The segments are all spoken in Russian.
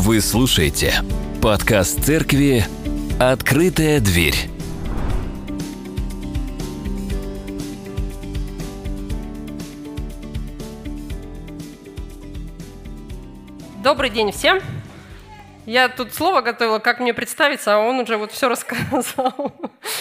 Вы слушаете подкаст церкви «Открытая дверь». Добрый день всем. Я тут слово готовила, как мне представиться, а он уже вот все рассказал.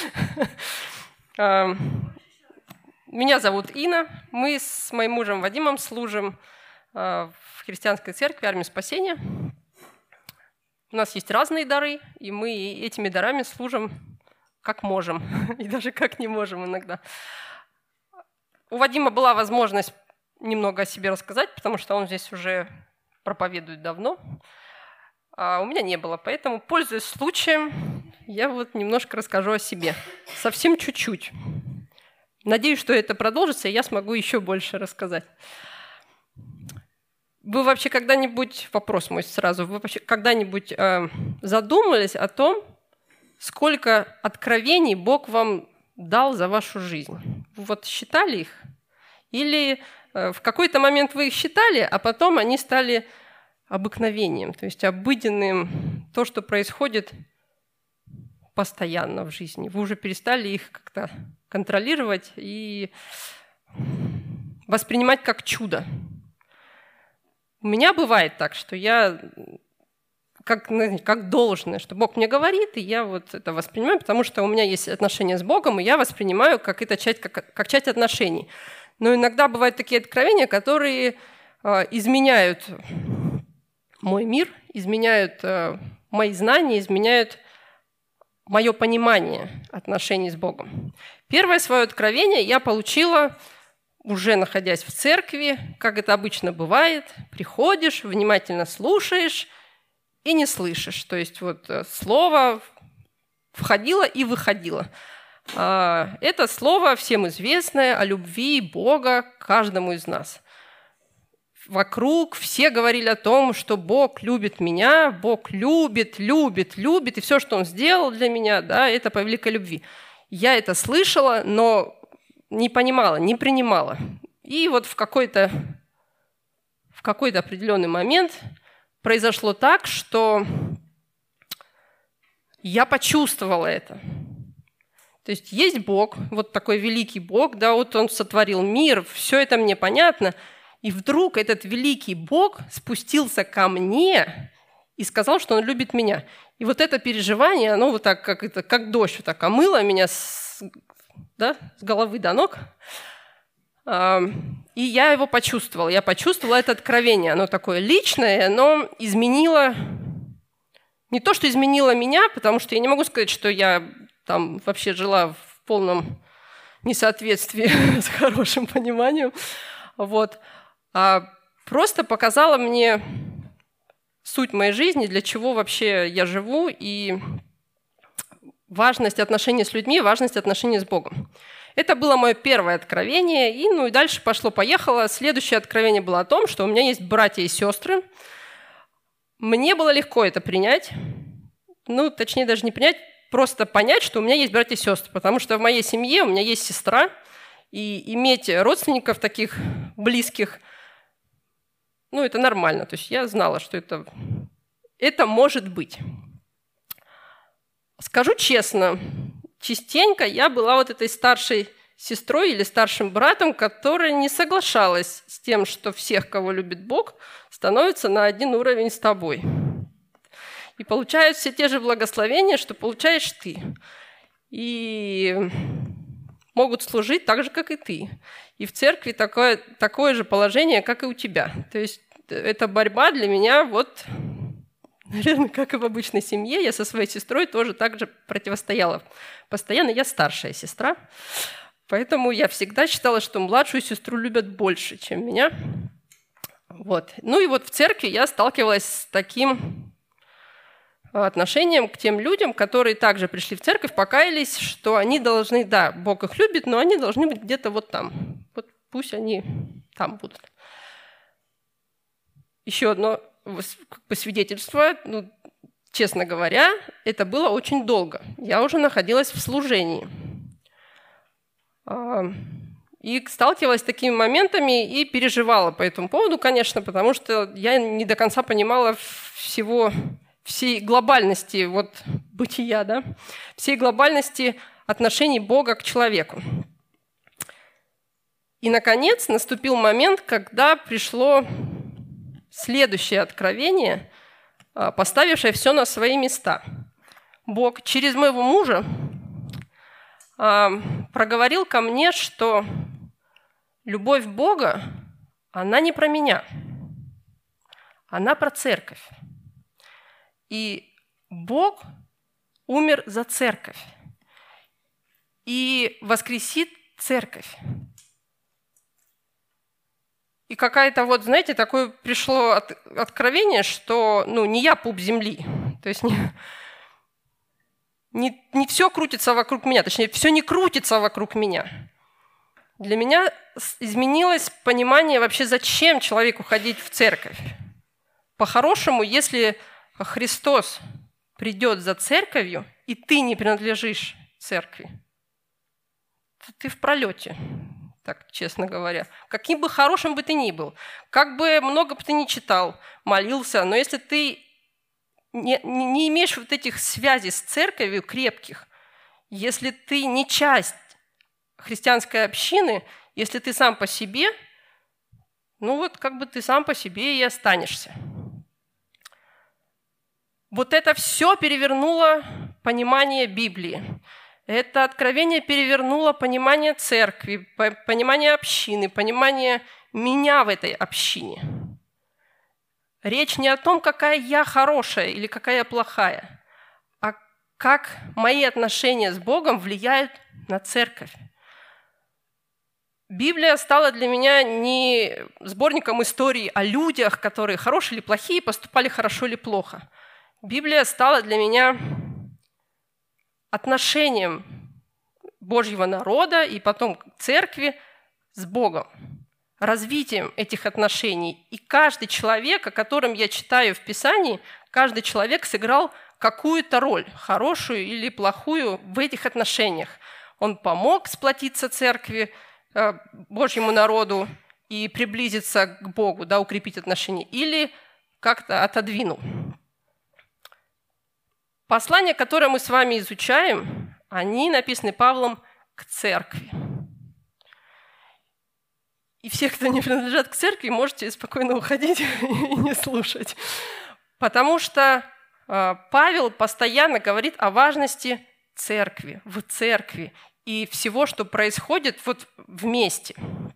Меня зовут Инна. Мы с моим мужем Вадимом служим в христианской церкви Армии Спасения. У нас есть разные дары, и мы этими дарами служим как можем, и даже как не можем иногда. У Вадима была возможность немного о себе рассказать, потому что он здесь уже проповедует давно, а у меня не было. Поэтому, пользуясь случаем, я вот немножко расскажу о себе. Совсем чуть-чуть. Надеюсь, что это продолжится, и я смогу еще больше рассказать. Вы вообще когда-нибудь, вопрос мой сразу, вы вообще когда-нибудь задумывались о том, сколько откровений Бог вам дал за вашу жизнь? Вы вот считали их? Или в какой-то момент вы их считали, а потом они стали обыкновением, то есть обыденным, то, что происходит постоянно в жизни. Вы уже перестали их как-то контролировать и воспринимать как чудо. У меня бывает так, что я как должное, что Бог мне говорит, и я вот это воспринимаю, потому что у меня есть отношения с Богом, и я воспринимаю как это как часть отношений. Но иногда бывают такие откровения, которые изменяют мой мир, изменяют мои знания, изменяют мое понимание отношений с Богом. Первое свое откровение я получила, уже находясь в церкви, как это обычно бывает. Приходишь, внимательно слушаешь и не слышишь. То есть вот слово входило и выходило. Это слово всем известное о любви Бога к каждому из нас. Вокруг все говорили о том, что Бог любит меня, Бог любит, и все, что Он сделал для меня, да, это по великой любви. Я это слышала, но не понимала, не принимала. И вот в какой-то определенный момент произошло так, что я почувствовала это. То есть Бог, вот такой великий Бог, да, вот Он сотворил мир, все это мне понятно, и вдруг этот великий Бог спустился ко мне и сказал, что Он любит меня. И вот это переживание, оно вот так, как дождь, вот так омыло меня с головы до ног. И я его почувствовала. Я почувствовала это откровение. Оно такое личное, но изменило... Не то, что изменило меня, потому что я не могу сказать, что я там вообще жила в полном несоответствии с хорошим пониманием. Вот. А просто показала мне суть моей жизни, для чего вообще я живу, и важность отношений с людьми, важность отношений с Богом. Это было мое первое откровение, и дальше пошло-поехало. Следующее откровение было о том, что у меня есть братья и сестры. Мне было легко это принять, точнее даже не принять, просто понять, что у меня есть братья и сестры, потому что в моей семье у меня есть сестра, и иметь родственников таких близких, это нормально. То есть я знала, что это может быть. Скажу честно, частенько я была вот этой старшей сестрой или старшим братом, которая не соглашалась с тем, что всех, кого любит Бог, становятся на один уровень с тобой. И получают все те же благословения, что получаешь ты. И могут служить так же, как и ты. И в церкви такое же положение, как и у тебя. То есть эта борьба для меня, наверное, как и в обычной семье, я со своей сестрой тоже так же противостояла. Постоянно я старшая сестра, поэтому я всегда считала, что младшую сестру любят больше, чем меня. Вот. И вот в церкви я сталкивалась с таким отношением к тем людям, которые также пришли в церковь, покаялись, что они должны, да, Бог их любит, но они должны быть где-то вот там. Вот пусть они там будут. Еще одно свидетельство, честно говоря, это было очень долго. Я уже находилась в служении. И сталкивалась с такими моментами и переживала по этому поводу, конечно, потому что я не до конца понимала всей глобальности бытия, да? Всей глобальности отношений Бога к человеку. И, наконец, наступил момент, когда пришло следующее откровение, поставившее все на свои места. Бог через моего мужа проговорил ко мне, что любовь Бога, она не про меня, она про церковь. И Бог умер за церковь и воскресит церковь. И какая-то такое пришло откровение, что не я пуп земли, то есть не все крутится вокруг меня, точнее, все не крутится вокруг меня. Для меня изменилось понимание вообще, зачем человеку ходить в церковь. По-хорошему, если Христос придет за церковью, и ты не принадлежишь церкви, то ты в пролете, так честно говоря. Каким бы хорошим бы ты ни был, как бы много бы ты ни читал, молился, но если ты не имеешь этих связей с церковью крепких, если ты не часть христианской общины, если ты сам по себе, ты сам по себе и останешься. Это все перевернуло понимание Библии. Это откровение перевернуло понимание церкви, понимание общины, понимание меня в этой общине. Речь не о том, какая я хорошая или какая я плохая, а как мои отношения с Богом влияют на церковь. Библия стала для меня не сборником историй о людях, которые хорошие или плохие, поступали хорошо или плохо. Библия стала для меня отношением Божьего народа и потом церкви с Богом, развитием этих отношений. И каждый человек, о котором я читаю в Писании, каждый человек сыграл какую-то роль, хорошую или плохую, в этих отношениях. Он помог сплотиться церкви, Божьему народу и приблизиться к Богу, укрепить отношения, или как-то отодвинул. Послания, которые мы с вами изучаем, они написаны Павлом к церкви. И все, кто не принадлежат к церкви, можете спокойно уходить и не слушать. Потому что Павел постоянно говорит о важности церкви, в церкви и всего, что происходит вместе.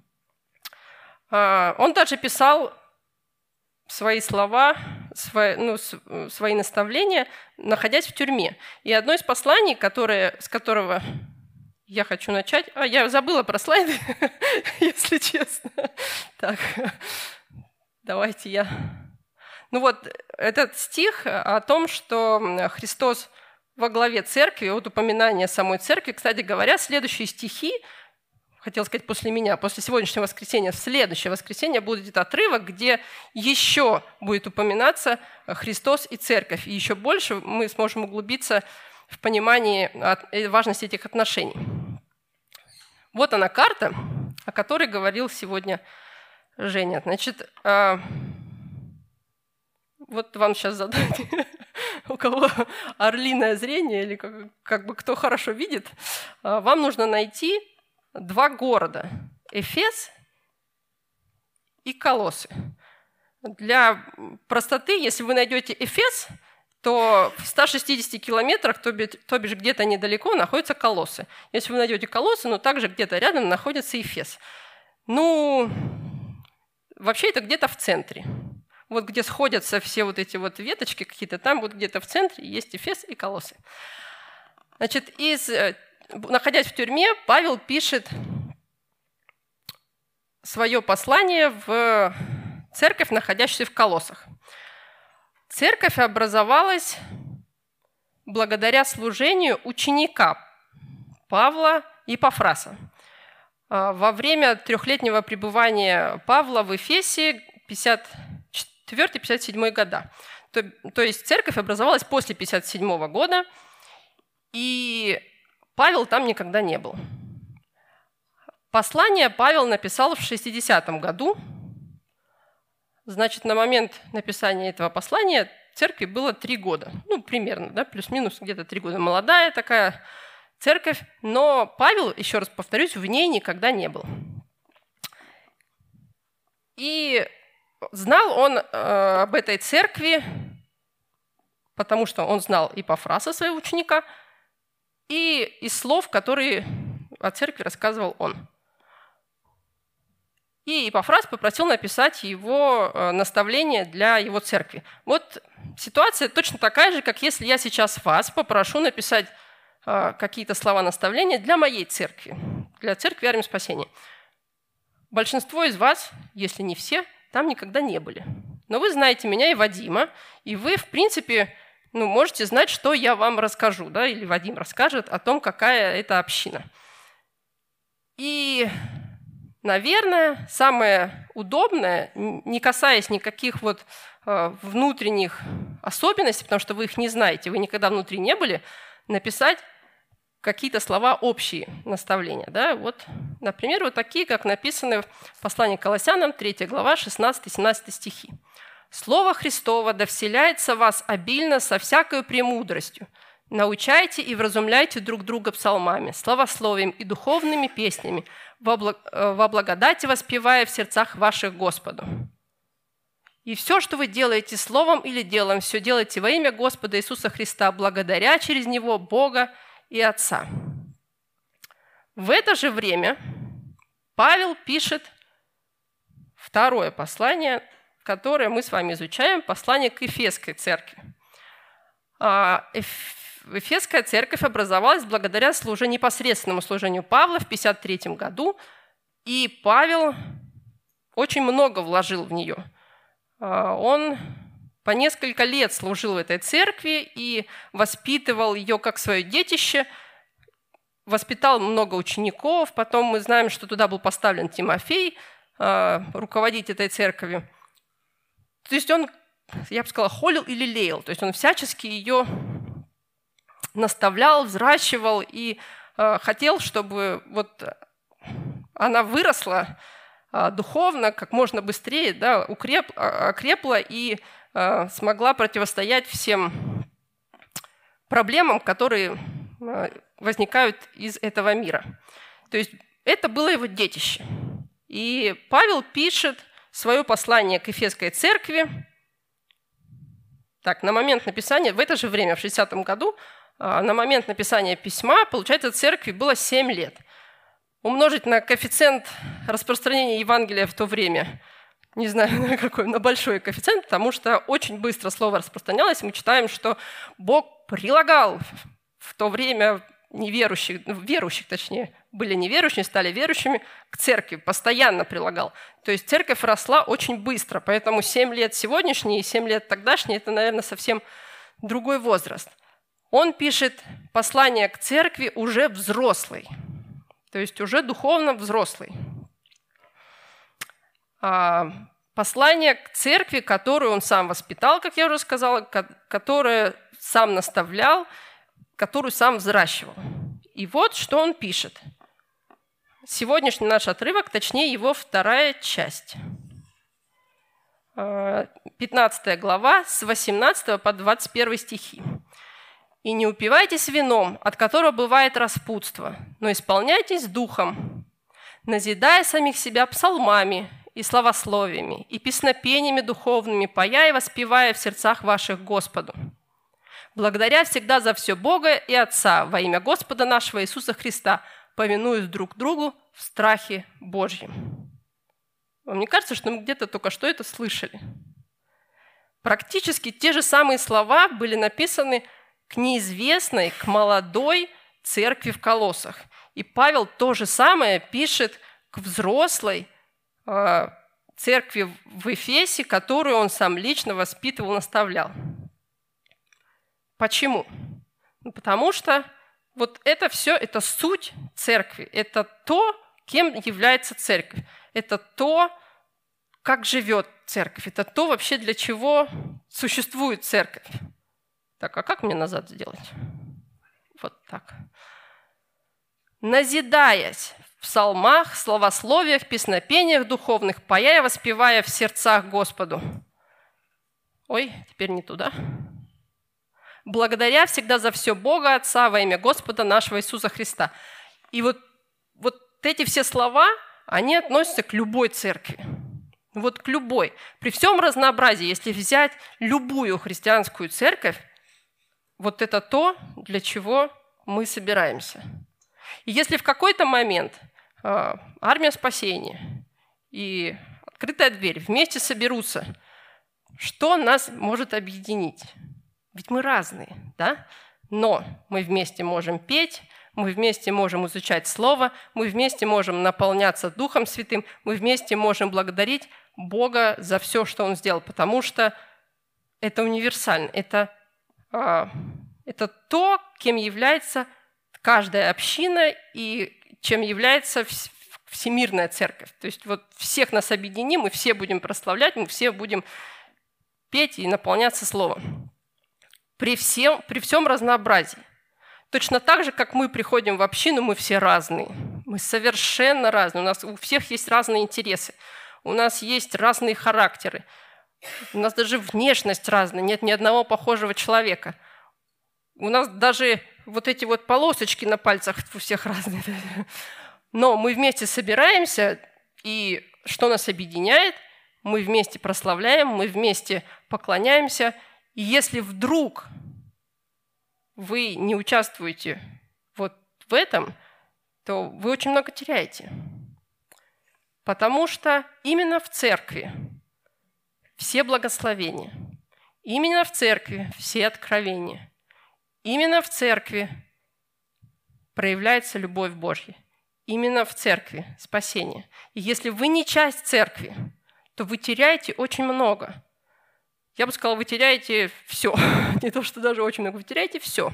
Он даже писал свои слова, свои наставления, находясь в тюрьме. И одно из посланий, с которого я хочу начать... я забыла про слайды, если честно. Так, давайте я... этот стих о том, что Христос во главе церкви, упоминание самой церкви. Кстати говоря, следующие стихи, хотел сказать после меня, после сегодняшнего воскресенья, в следующее воскресенье будет отрывок, где еще будет упоминаться Христос и церковь. И еще больше мы сможем углубиться в понимании важности этих отношений. Вот она карта, о которой говорил сегодня Женя. Значит, вам сейчас задать, у кого орлиное зрение или кто хорошо видит, вам нужно найти 2 города – Эфес и Колоссы. Для простоты, если вы найдете Эфес, то в 160 километрах, то бишь где-то недалеко, находятся Колоссы. Если вы найдете Колоссы, также где-то рядом находится Эфес. Вообще это где-то в центре. Где сходятся все эти веточки какие-то, там где-то в центре есть Эфес и Колоссы. Значит, находясь в тюрьме, Павел пишет свое послание в церковь, находящуюся в Колоссах. Церковь образовалась благодаря служению ученика Павла и Епафраса. Во время 3-летнего пребывания Павла в Эфесе 54-57 года. То есть церковь образовалась после 57 года, и Павел там никогда не был. Послание Павел написал в 60-м году. Значит, на момент написания этого послания церкви было 3 года. Примерно, да, плюс-минус где-то 3 года. Молодая такая церковь. Но Павел, еще раз повторюсь, в ней никогда не был. И знал он об этой церкви, потому что он знал Эпафраса, своего ученика, и из слов, которые о церкви рассказывал он. И Эпафрас попросил написать его наставление для его церкви. Вот ситуация точно такая же, как если я сейчас вас попрошу написать какие-то слова наставления для моей церкви, для церкви Армии Спасения. Большинство из вас, если не все, там никогда не были. Но вы знаете меня и Вадима, и вы, в принципе, можете знать, что я вам расскажу, да, или Вадим расскажет о том, какая это община. И, наверное, самое удобное, не касаясь никаких внутренних особенностей, потому что вы их не знаете, вы никогда внутри не были, написать какие-то слова общие наставления. Да? Например, такие, как написаны в послании к Колоссянам, 3 глава, 16-17 стихи. «Слово Христово да вселяется в вас обильно со всякою премудростью. Научайте и вразумляйте друг друга псалмами, славословием и духовными песнями, во благодати воспевая в сердцах ваших Господу. И все, что вы делаете словом или делом, все делайте во имя Господа Иисуса Христа, благодаря через Него Бога и Отца». В это же время Павел пишет второе послание, которое мы с вами изучаем, послание к Ефесской церкви. Ефесская церковь образовалась благодаря непосредственному служению Павла в 1953 году, и Павел очень много вложил в нее. Он по несколько лет служил в этой церкви и воспитывал ее как свое детище, воспитал много учеников, потом мы знаем, что туда был поставлен Тимофей, руководить этой церковью. То есть он, я бы сказала, холил и лелеял, то есть он всячески ее наставлял, взращивал и хотел, чтобы она выросла духовно как можно быстрее, да, окрепла и смогла противостоять всем проблемам, которые возникают из этого мира. То есть это было его детище. И Павел пишет свое послание к Ефесской церкви. Так, на момент написания, в это же время, в 60-м году, на момент написания письма, получается, церкви было 7 лет. Умножить на коэффициент распространения Евангелия в то время, не знаю, на какой, на большой коэффициент, потому что очень быстро слово распространялось. Мы читаем, что Бог прилагал в то время верующих, точнее, были неверующими, стали верующими, к церкви, постоянно прилагал. То есть церковь росла очень быстро, поэтому 7 лет сегодняшние и 7 лет тогдашние – это, наверное, совсем другой возраст. Он пишет послание к церкви уже взрослый, то есть уже духовно взрослый. Послание к церкви, которую он сам воспитал, как я уже сказала, которую сам наставлял, которую сам взращивал. И вот что он пишет. Сегодняшний наш отрывок, точнее его вторая часть. 15 глава, с 18 по 21 стихи. «И не упивайтесь вином, от которого бывает распутство, но исполняйтесь духом, назидая самих себя псалмами и славословиями, и песнопениями духовными, поя и воспевая в сердцах ваших Господу, благодаря всегда за все Бога и Отца во имя Господа нашего Иисуса Христа, повинуясь друг другу в страхе Божьем». Вам не кажется, что мы где-то только что это слышали? Практически те же самые слова были написаны к неизвестной, к молодой церкви в Колоссах. И Павел то же самое пишет к взрослой церкви в Эфесе, которую он сам лично воспитывал, наставлял. Почему? Потому что вот это все, это суть церкви, это то, кем является церковь, это то, как живет церковь, это то вообще, для чего существует церковь. Так, а как мне назад сделать? Вот так. Назидаясь псалмах, словословиях, песнопениях духовных, пая и воспевая в сердцах Господу. Ой, теперь не туда. Благодаря всегда за все Бога Отца во имя Господа нашего Иисуса Христа. И вот эти все слова, они относятся к любой церкви. Вот к любой. При всем разнообразии, если взять любую христианскую церковь, вот это то, для чего мы собираемся. И если в какой-то момент армия спасения и открытая дверь вместе соберутся, что нас может объединить? Ведь мы разные, да? Но мы вместе можем петь, мы вместе можем изучать Слово, мы вместе можем наполняться Духом Святым, мы вместе можем благодарить Бога за все, что Он сделал, потому что это универсально, это то, кем является каждая община и чем является всемирная церковь. То есть вот всех нас объединим, мы все будем прославлять, мы все будем петь и наполняться Словом. При всем разнообразии. Точно так же, как мы приходим в общину, мы все разные. Мы совершенно разные. У нас у всех есть разные интересы. У нас есть разные характеры. У нас даже внешность разная. Нет ни одного похожего человека. У нас даже вот эти вот полосочки на пальцах у всех разные. Но мы вместе собираемся, и что нас объединяет? Мы вместе прославляем, мы вместе поклоняемся. И если вдруг вы не участвуете вот в этом, то вы очень много теряете. Потому что именно в церкви все благословения, именно в церкви все откровения, именно в церкви проявляется любовь Божья, именно в церкви спасение. И если вы не часть церкви, то вы теряете очень много. Я бы сказала, вы теряете все. Не то, что даже очень много, вы теряете все.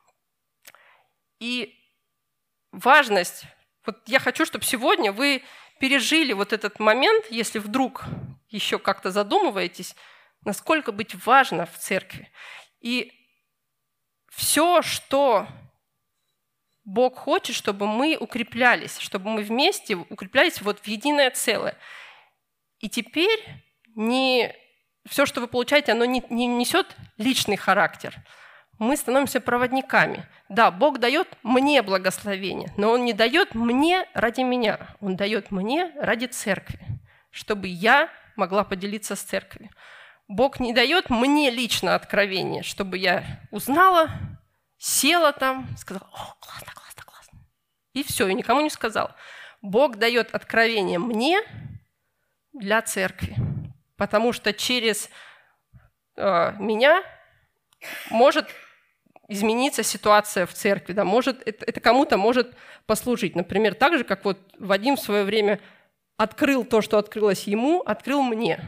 И важность, вот я хочу, чтобы сегодня вы пережили вот этот момент, если вдруг еще как-то задумываетесь, насколько быть важно в церкви. И все, что Бог хочет, чтобы мы укреплялись, чтобы мы вместе укреплялись вот в единое целое. И теперь все, что вы получаете, оно не несет личный характер. Мы становимся проводниками. Да, Бог дает мне благословение, но Он не дает мне ради меня. Он дает мне ради церкви, чтобы я могла поделиться с церковью. Бог не дает мне лично откровение, чтобы я узнала, села там, сказала: «О, классно, классно, классно». И все, и никому не сказала. Бог дает откровение мне для церкви. Потому что через меня может измениться ситуация в церкви, да, это кому-то может послужить. Например, так же, как вот Вадим в свое время открыл то, что открылось ему, открыл мне.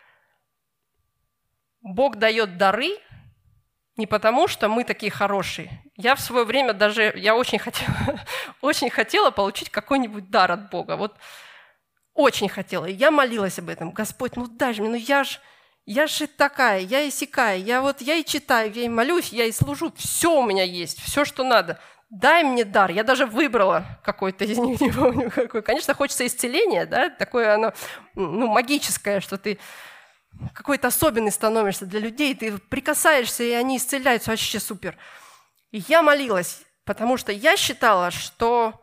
Бог дает дары не потому, что мы такие хорошие. Я в свое время я очень хотела получить какой-нибудь дар от Бога. Вот очень хотела. И я молилась об этом. Господь, дай же мне, я же такая, я и сякая, я и читаю, я и молюсь, я и служу. Все у меня есть, все, что надо. Дай мне дар. Я даже выбрала какой-то из них, не помню какой. Конечно, хочется исцеления, да, такое оно магическое, что ты какой-то особенный становишься для людей, ты прикасаешься, и они исцеляются, вообще супер. И я молилась, потому что я считала, что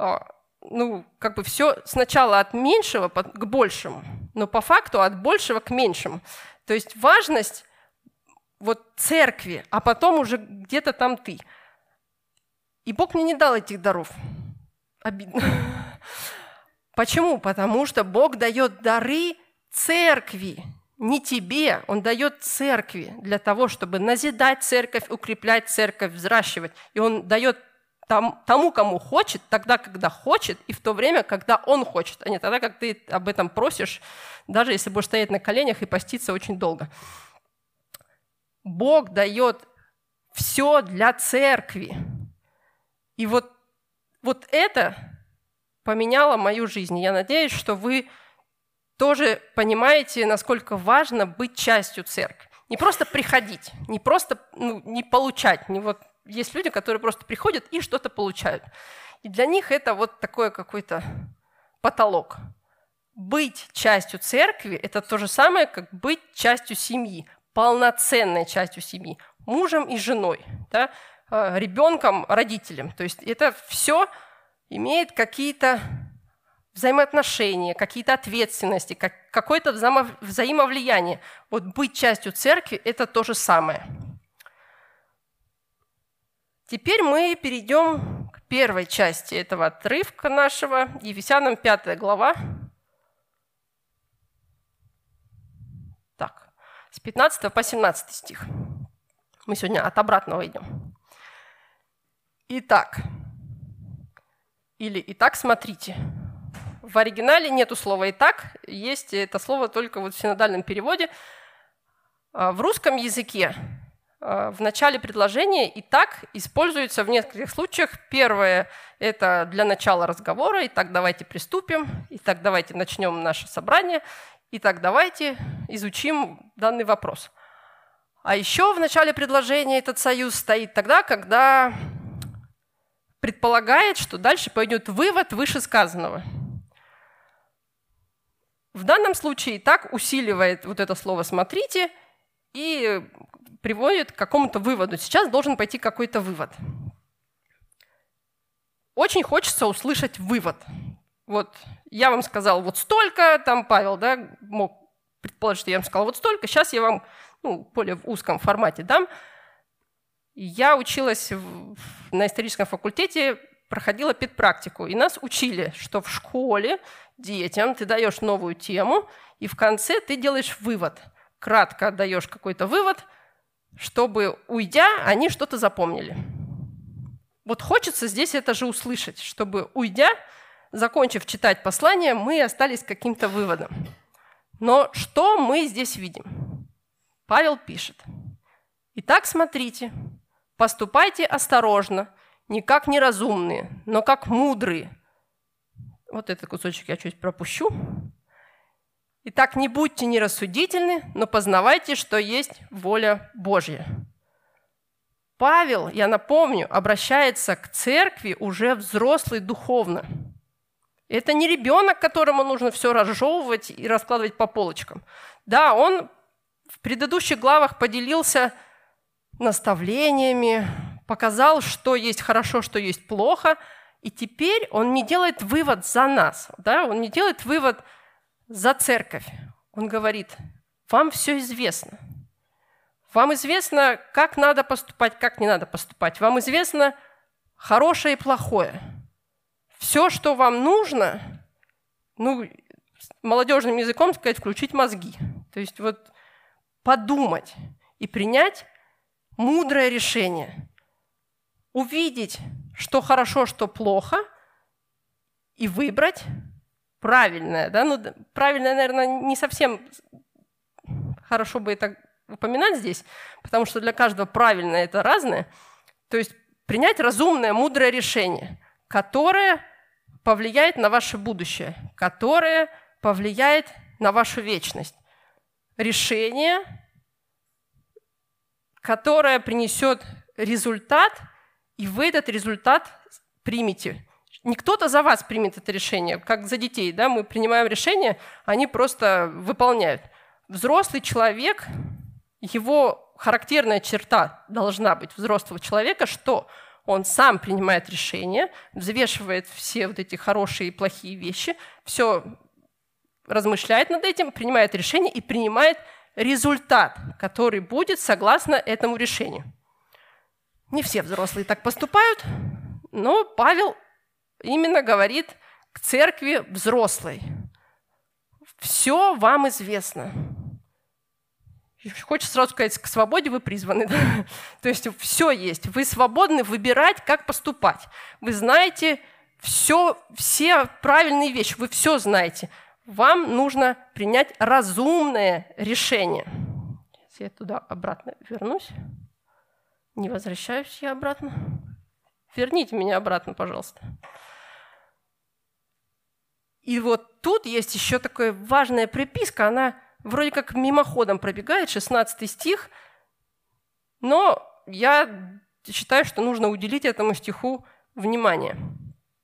все сначала от меньшего к большему, но по факту от большего к меньшему. То есть важность церкви, а потом уже где-то там ты. И Бог мне не дал этих даров. Обидно. Почему? Потому что Бог дает дары церкви, не тебе. Он дает церкви для того, чтобы назидать церковь, укреплять церковь, взращивать. И Он дает тому, кому хочет, тогда, когда хочет, и в то время, когда Он хочет, а не тогда, как ты об этом просишь, даже если будешь стоять на коленях и поститься очень долго. Бог дает все для церкви. И вот это поменяло мою жизнь. Я надеюсь, что вы тоже понимаете, насколько важно быть частью церкви. Не просто приходить, не просто не получать, Есть люди, которые просто приходят и что-то получают. И для них это вот такой какой-то потолок. Быть частью церкви – это то же самое, как быть частью семьи, полноценной частью семьи, мужем и женой, да, ребенком, родителем. То есть это все имеет какие-то взаимоотношения, какие-то ответственности, какое-то взаимовлияние. Вот быть частью церкви – это то же самое. Теперь мы перейдем к первой части этого отрывка нашего, Ефесянам 5 глава. Так, с 15 по 17 стих. Мы сегодня от обратного идем. Итак, или «Итак, смотрите». В оригинале нету слова «итак», есть это слово только вот в синодальном переводе. В русском языке в начале предложения «итак» используется в нескольких случаях. Первое – это для начала разговора. «Итак, давайте приступим». «Итак, давайте начнем наше собрание». «Итак, давайте изучим данный вопрос». А еще в начале предложения этот союз стоит тогда, когда предполагает, что дальше пойдет вывод вышесказанного. В данном случае «итак» усиливает вот это слово «смотрите» и приводит к какому-то выводу. Сейчас должен пойти какой-то вывод. Очень хочется услышать вывод. Вот я вам сказал вот столько, там Павел, да, мог предположить, что я вам сказал вот столько, сейчас я вам более в узком формате дам. Я училась на историческом факультете, проходила педпрактику, и нас учили, что в школе детям ты даешь новую тему, и в конце ты делаешь вывод. Кратко даешь какой-то вывод, чтобы, уйдя, они что-то запомнили. Вот хочется здесь это же услышать, чтобы, уйдя, закончив читать послание, мы остались с каким-то выводом. Но что мы здесь видим? Павел пишет: «Итак, смотрите, поступайте осторожно, не как неразумные, но как мудрые». Вот этот кусочек я чуть пропущу. «Итак, не будьте нерассудительны, но познавайте, что есть воля Божья». Павел, я напомню, обращается к церкви уже взрослый духовно. Это не ребенок, которому нужно все разжевывать и раскладывать по полочкам. Да, он в предыдущих главах поделился наставлениями, показал, что есть хорошо, что есть плохо, и теперь он не делает вывод за нас, да? Он не делает вывод за церковь. Он говорит: вам все известно. Вам известно, как надо поступать, как не надо поступать. Вам известно хорошее и плохое. Все, что вам нужно, молодежным языком сказать, включить мозги. То есть вот подумать и принять мудрое решение. Увидеть, что хорошо, что плохо, и выбрать правильное. Да? Правильное, наверное, не совсем хорошо бы это упоминать здесь, потому что для каждого правильное – это разное. То есть принять разумное, мудрое решение, которое повлияет на ваше будущее, которое повлияет на вашу вечность. Решение, которое принесет результат, и вы этот результат примете. Не кто-то за вас примет это решение, как за детей. Да? Мы принимаем решение, они просто выполняют. Взрослый человек, его характерная черта должна быть взрослого человека, что он сам принимает решения, взвешивает все вот эти хорошие и плохие вещи, все размышляет над этим, принимает решение и принимает результат, который будет согласно этому решению. Не все взрослые так поступают, но Павел именно говорит к церкви взрослой. Все вам известно. Хочется сразу сказать, к свободе вы призваны. Да? То есть все есть. Вы свободны выбирать, как поступать. Вы знаете все правильные вещи, вы все знаете. Вам нужно принять разумное решение. Если я туда обратно вернусь, не возвращаюсь я обратно. Верните меня обратно, пожалуйста. И вот тут есть еще такая важная приписка, она вроде как мимоходом пробегает, 16 стих, но я считаю, что нужно уделить этому стиху внимание.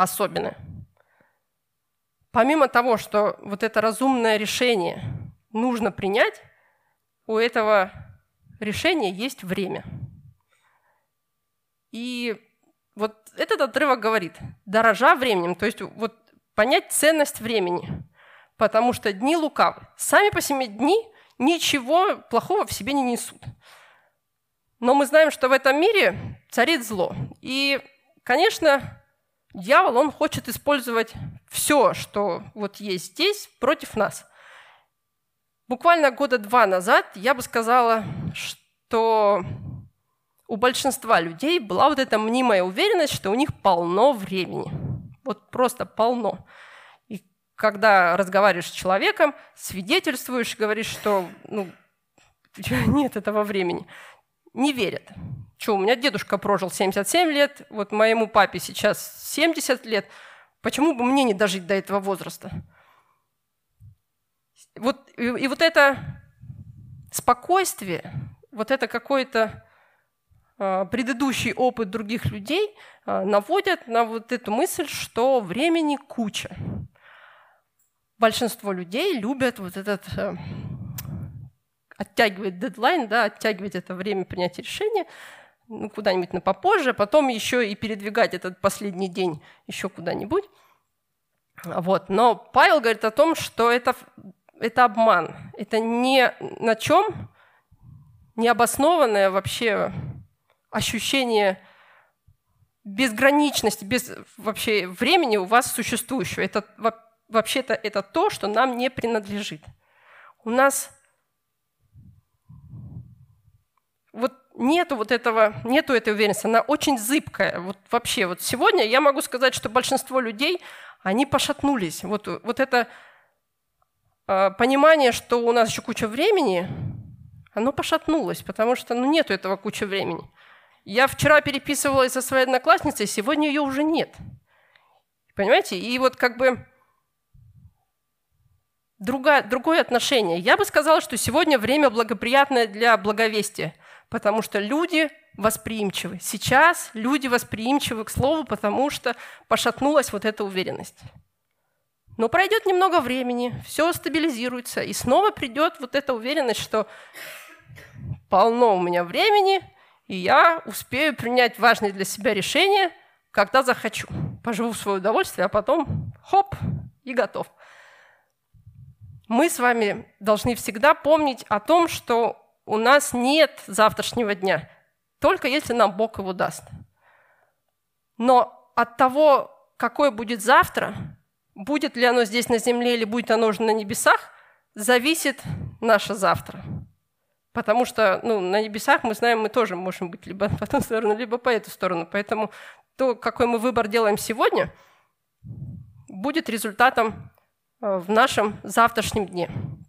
особенное. Помимо того, что вот это разумное решение нужно принять, у этого решения есть время. И вот этот отрывок говорит, дорожа временем, то есть вот понять ценность времени, потому что дни лукавы. Сами по себе дни ничего плохого в себе не несут. Но мы знаем, что в этом мире царит зло. И, конечно, дьявол, он хочет использовать все, что вот есть здесь, против нас. Буквально 2 года назад я бы сказала, что у большинства людей была вот эта мнимая уверенность, что у них полно времени. Вот просто полно. И когда разговариваешь с человеком, свидетельствуешь, говоришь, что нет этого времени, не верят. Что, у меня дедушка прожил 77 лет, вот моему папе сейчас 70 лет. Почему бы мне не дожить до этого возраста? И вот это спокойствие, вот это какой-то предыдущий опыт других людей наводят на вот эту мысль, что времени куча. Большинство людей любят вот этот оттягивать дедлайн, да, оттягивать это время принятия решения куда-нибудь на попозже, потом еще и передвигать этот последний день еще куда-нибудь. Вот. Но Павел говорит о том, что это обман. Это ни на чем не обоснованное вообще ощущение безграничности, без вообще времени у вас существующего. Это вообще-то это то, что нам не принадлежит. У нас вот нету этой уверенности, она очень зыбкая. Вот вообще, вот сегодня я могу сказать, что большинство людей, они пошатнулись. Вот это понимание, что у нас еще куча времени, оно пошатнулось, потому что нету этого кучи времени. Я вчера переписывалась со своей одноклассницей, сегодня ее уже нет. Понимаете? И вот как бы другое отношение. Я бы сказала, что сегодня время благоприятное для благовестия, потому что люди восприимчивы. Сейчас люди восприимчивы к слову, потому что пошатнулась вот эта уверенность. Но пройдет немного времени, все стабилизируется, и снова придет вот эта уверенность, что полно у меня времени, и я успею принять важные для себя решения, когда захочу. Поживу в свое удовольствие, а потом хоп, и готов. Мы с вами должны всегда помнить о том, что у нас нет завтрашнего дня, только если нам Бог его даст. Но от того, какое будет завтра, будет ли оно здесь на земле или будет оно уже на небесах, зависит наше завтра. Потому что на небесах, мы знаем, мы тоже можем быть либо по ту сторону, либо по эту сторону. Поэтому то, какой мы выбор делаем сегодня, будет результатом в нашем завтрашнем дне.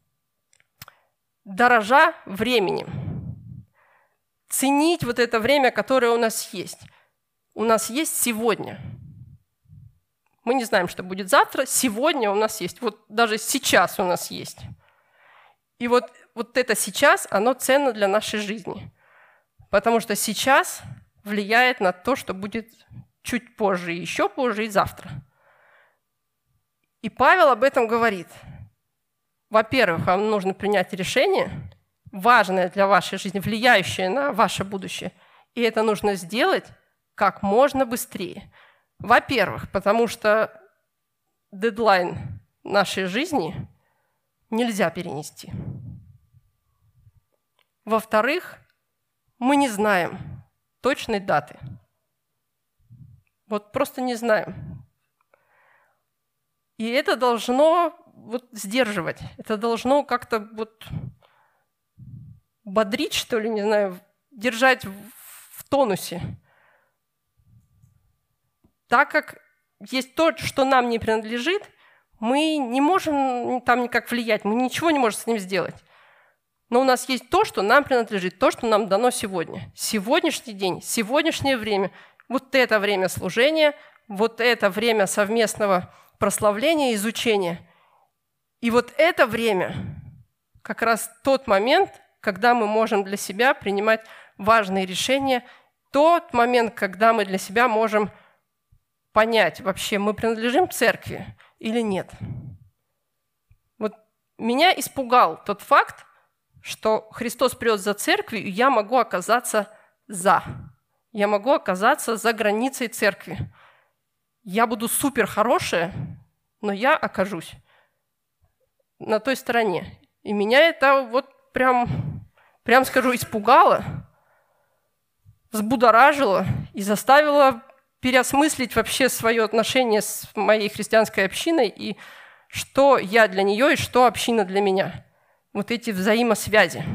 Дорожа временем. Ценить вот это время, которое у нас есть. У нас есть сегодня. Мы не знаем, что будет завтра. Сегодня у нас есть. Вот даже сейчас у нас есть. И вот это сейчас, оно ценно для нашей жизни. Потому что сейчас влияет на то, что будет чуть позже, еще позже и завтра. И Павел об этом говорит. Во-первых, вам нужно принять решение, важное для вашей жизни, влияющее на ваше будущее. И это нужно сделать как можно быстрее. Во-первых, потому что дедлайн нашей жизни нельзя перенести. Во-вторых, мы не знаем точной даты. Вот просто не знаем. И это должно сдерживать, это должно как-то бодрить, что ли, не знаю, держать в тонусе. Так как есть то, что нам не принадлежит, мы не можем там никак влиять, мы ничего не можем с ним сделать. Но у нас есть то, что нам принадлежит, то, что нам дано сегодня. Сегодняшний день, сегодняшнее время, вот это время служения, вот это время совместного прославления, изучения. И вот это время как раз тот момент, когда мы можем для себя принимать важные решения, тот момент, когда мы для себя можем понять вообще, мы принадлежим церкви или нет. Вот меня испугал тот факт, что Христос придет за церковью, и я могу оказаться за. Я могу оказаться за границей церкви. Я буду супер хорошая, но я окажусь на той стороне. И меня это вот прям скажу, испугало, взбудоражило и заставило переосмыслить вообще свое отношение с моей христианской общиной и что я для нее и что община для меня. Вот эти взаимосвязи.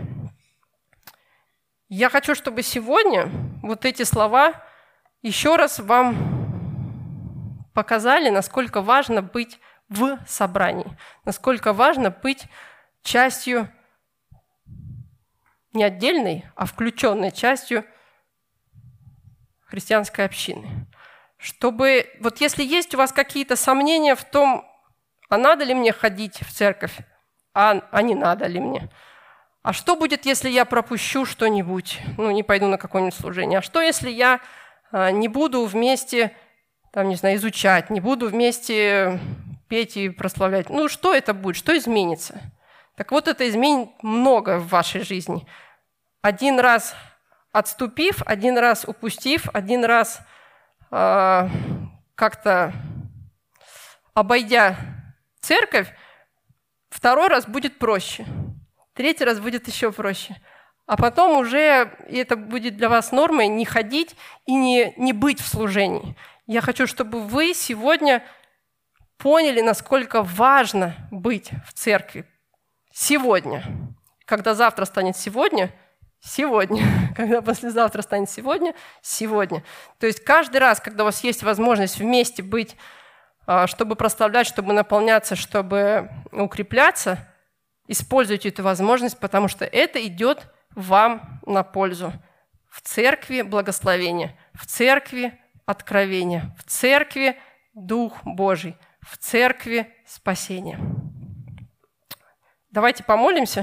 Я хочу, чтобы сегодня вот эти слова еще раз вам показали, насколько важно быть в собрании, насколько важно быть частью не отдельной, а включенной частью христианской общины. Чтобы, вот если есть у вас какие-то сомнения в том, а надо ли мне ходить в церковь, а не надо ли мне? А что будет, если я пропущу что-нибудь, не пойду на какое-нибудь служение? А что, если я не буду вместе, изучать, не буду вместе петь и прославлять? Что это будет? Что изменится? Так вот, это изменит много в вашей жизни. Один раз отступив, один раз упустив, один раз как-то обойдя церковь, второй раз будет проще, третий раз будет еще проще. А потом уже, и это будет для вас нормой, не ходить и не быть в служении. Я хочу, чтобы вы сегодня поняли, насколько важно быть в церкви. Сегодня. Когда завтра станет сегодня. Когда послезавтра станет сегодня. То есть каждый раз, когда у вас есть возможность вместе быть, чтобы прославлять, чтобы наполняться, чтобы укрепляться, используйте эту возможность, потому что это идет вам на пользу. В церкви благословение, в церкви откровение, в церкви Дух Божий, в церкви спасение. Давайте помолимся.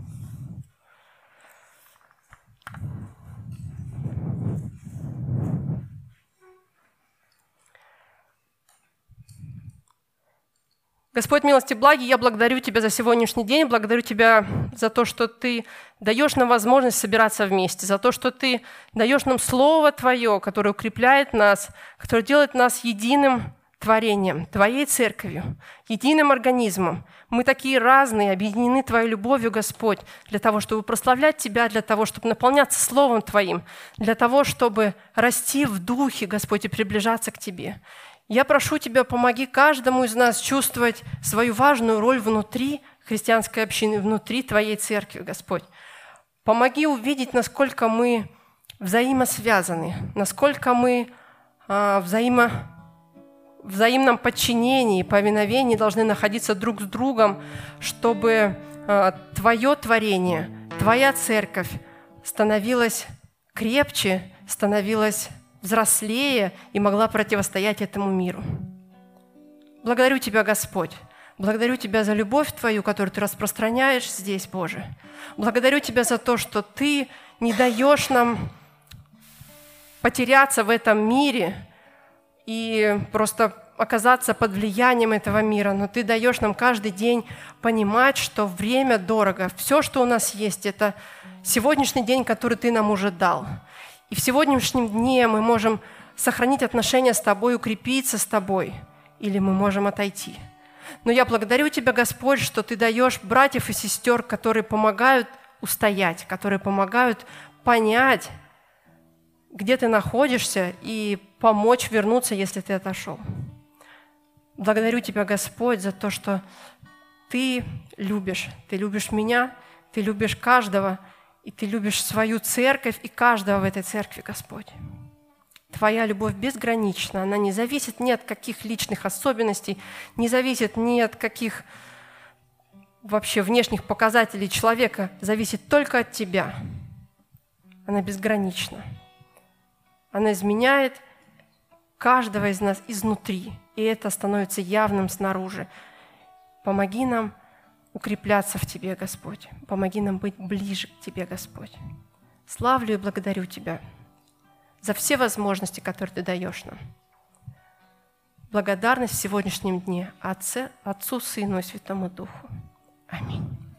Господь милости благий, я благодарю Тебя за сегодняшний день, благодарю Тебя за то, что Ты даешь нам возможность собираться вместе, за то, что Ты даешь нам Слово Твое, которое укрепляет нас, которое делает нас единым творением, Твоей церковью, единым организмом. Мы такие разные, объединены Твоей любовью, Господь, для того, чтобы прославлять Тебя, для того, чтобы наполняться Словом Твоим, для того, чтобы расти в духе, Господь, и приближаться к Тебе. Я прошу Тебя, помоги каждому из нас чувствовать свою важную роль внутри христианской общины, внутри Твоей церкви, Господь. Помоги увидеть, насколько мы взаимосвязаны, насколько мы в взаимном подчинении, повиновении должны находиться друг с другом, чтобы Твое творение, Твоя церковь становилась крепче, становилась взрослее и могла противостоять этому миру. Благодарю Тебя, Господь. Благодарю Тебя за любовь Твою, которую Ты распространяешь здесь, Боже. Благодарю Тебя за то, что Ты не даешь нам потеряться в этом мире и просто оказаться под влиянием этого мира, но Ты даешь нам каждый день понимать, что время дорого. Все, что у нас есть, это сегодняшний день, который Ты нам уже дал. И в сегодняшнем дне мы можем сохранить отношения с Тобой, укрепиться с Тобой, или мы можем отойти. Но я благодарю Тебя, Господь, что Ты даешь братьев и сестер, которые помогают устоять, которые помогают понять, где ты находишься, и помочь вернуться, если ты отошел. Благодарю Тебя, Господь, за то, что Ты любишь меня, Ты любишь каждого, и Ты любишь свою церковь и каждого в этой церкви, Господь. Твоя любовь безгранична, она не зависит ни от каких личных особенностей, не зависит ни от каких вообще внешних показателей человека, зависит только от Тебя. Она безгранична. Она изменяет каждого из нас изнутри, и это становится явным снаружи. Помоги нам укрепляться в Тебе, Господь. Помоги нам быть ближе к Тебе, Господь. Славлю и благодарю Тебя за все возможности, которые Ты даешь нам. благодарность в сегодняшнем дне Отцу, Сыну и Святому Духу. Аминь.